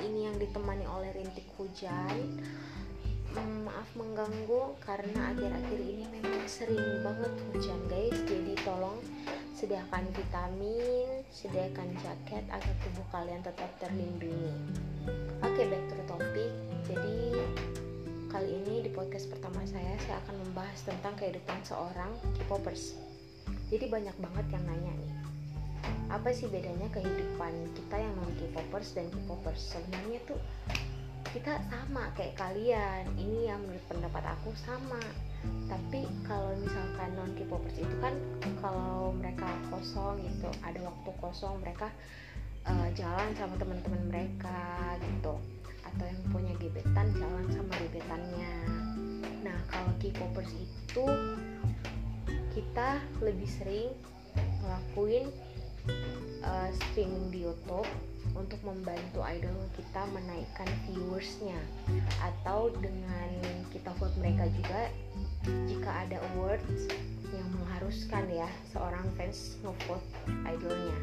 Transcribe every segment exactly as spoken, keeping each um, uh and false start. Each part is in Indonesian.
ini yang ditemani oleh rintik hujan. Hmm, maaf mengganggu karena akhir-akhir ini memang sering banget hujan guys. Jadi tolong sediakan vitamin, sediakan jaket agar tubuh kalian tetap terlindungi. Oke, back to the topic. Jadi kali ini di podcast pertama saya, saya akan membahas tentang kehidupan seorang K-popers. Jadi banyak banget yang nanya nih, apa sih bedanya kehidupan kita yang non K-popers dan K-popers? Sebenarnya tuh kita sama kayak kalian. Ini yang menurut pendapat aku sama. Tapi kalau misalkan non K-popers itu kan kalau mereka kosong gitu, ada waktu kosong mereka uh, jalan sama teman-teman mereka gitu, atau yang punya gebetan jalan sama gebetannya. Nah kalau K-popers itu kita lebih sering ngelakuin uh, streaming di YouTube untuk membantu idol kita menaikkan viewersnya, atau dengan kita vote mereka juga jika ada awards yang mengharuskan ya seorang fans ngevote idolnya.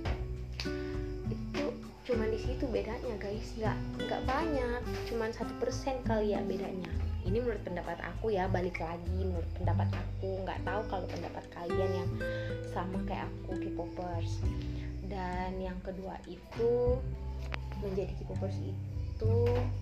Itu cuma di situ bedanya guys, nggak nggak banyak, cuma satu persen kali ya bedanya. Ini menurut pendapat aku ya, balik lagi menurut pendapat aku, nggak tahu kalau pendapat kalian yang sama kayak aku K-popers. Dan yang kedua itu, menjadi K-popers itu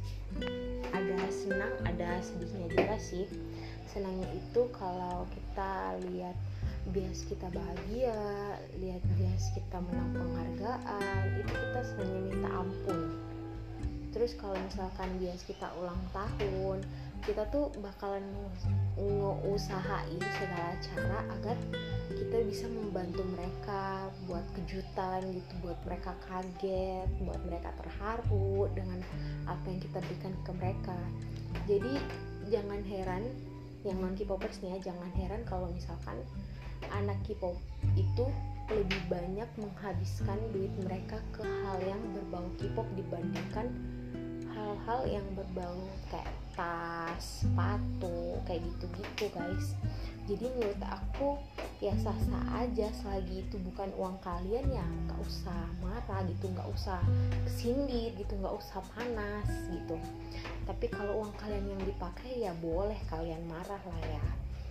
ada senang ada sedihnya juga sih. Senangnya itu kalau kita lihat bias kita bahagia, lihat bias kita menang penghargaan, itu kita senangnya minta ampun. Terus kalau misalkan bias kita ulang tahun, kita tuh bakalan ngeusahain segala cara agar kita bisa membantu mereka, buat kejutan gitu, buat mereka kaget, buat mereka terharu dengan apa yang kita berikan ke mereka. Jadi jangan heran, yang non K-popers nih ya, jangan heran kalau misalkan anak K-pop itu lebih banyak menghabiskan duit mereka ke hal yang berbau K-pop dibandingkan hal-hal yang berbau kayak tas, sepatu, kayak gitu-gitu guys. Jadi menurut aku ya sah-sah aja selagi itu bukan uang kalian, ya nggak usah marah gitu, nggak usah kesindir gitu, nggak usah panas gitu. Tapi kalau uang kalian yang dipakai ya boleh kalian marah lah ya.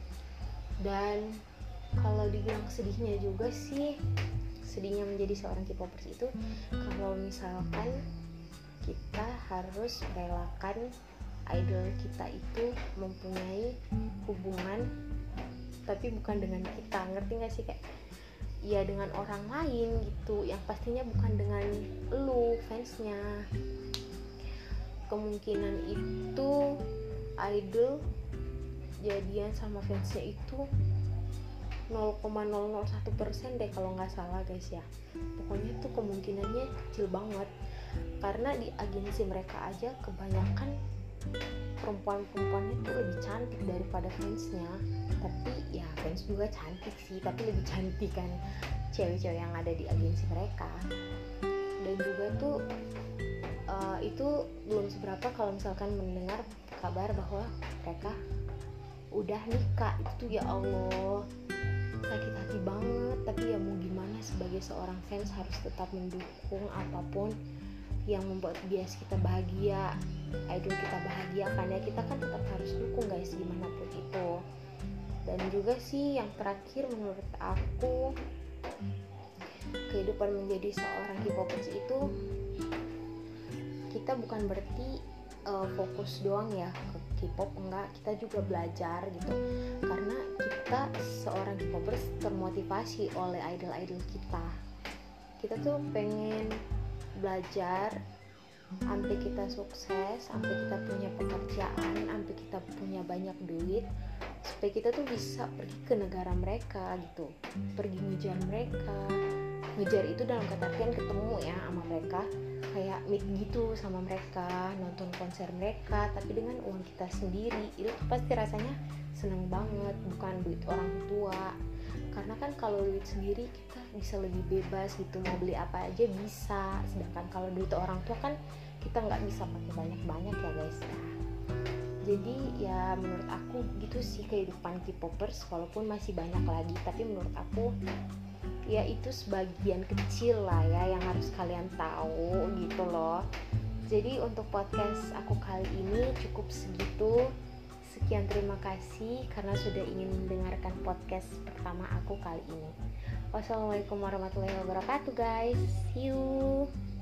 Dan kalau dibilang sedihnya juga sih, sedihnya menjadi seorang K-popers itu kalau misalkan kita harus merelakan idol kita itu mempunyai hubungan tapi bukan dengan kita, ngerti gak sih, kayak ya dengan orang lain gitu, yang pastinya bukan dengan lu fansnya. Kemungkinan itu idol jadian sama fansnya itu nol koma nol nol satu persen deh kalau nggak salah guys ya. Pokoknya tuh kemungkinannya kecil banget, karena di agensi mereka aja kebanyakan perempuan-perempuannya tuh lebih cantik daripada fansnya. Tapi ya fans juga cantik sih, tapi lebih cantik kan cewek-cewek yang ada di agensi mereka. Dan juga tuh uh, itu belum seberapa kalau misalkan mendengar kabar bahwa mereka udah nikah. Itu ya Allah, sakit hati banget. Tapi ya mau gimana, sebagai seorang fans harus tetap mendukung apapun yang membuat bias kita bahagia, idol kita bahagia, karena kita kan tetap harus dukung guys gimana pun itu. Dan juga sih yang terakhir menurut aku, kehidupan menjadi seorang K-popers itu kita bukan berarti uh, fokus doang ya ke K-pop, enggak, kita juga belajar gitu. Karena kita seorang K-popers termotivasi oleh idol-idol kita. Kita tuh pengen belajar sampai kita sukses, sampai kita punya pekerjaan, sampai kita punya banyak duit, supaya kita tuh bisa pergi ke negara mereka gitu, pergi ngejar mereka. Ngejar itu dalam kata artian ketemu ya sama mereka, kayak meet gitu sama mereka, nonton konser mereka, tapi dengan uang kita sendiri. Itu tuh pasti rasanya seneng banget, bukan duit orang tua. Karena kan kalau duit sendiri kita bisa lebih bebas gitu, mau beli apa aja bisa. Sedangkan kalau duit orang tua kan kita nggak bisa pakai banyak-banyak ya guys ya. Jadi ya menurut aku gitu sih kehidupan K-popers, walaupun masih banyak lagi, tapi menurut aku ya itu sebagian kecil lah ya yang harus kalian tahu gitu loh. Jadi untuk podcast aku kali ini cukup segitu. Sekian, terima kasih karena sudah ingin mendengarkan podcast pertama aku kali ini. Wassalamualaikum warahmatullahi wabarakatuh guys. See you.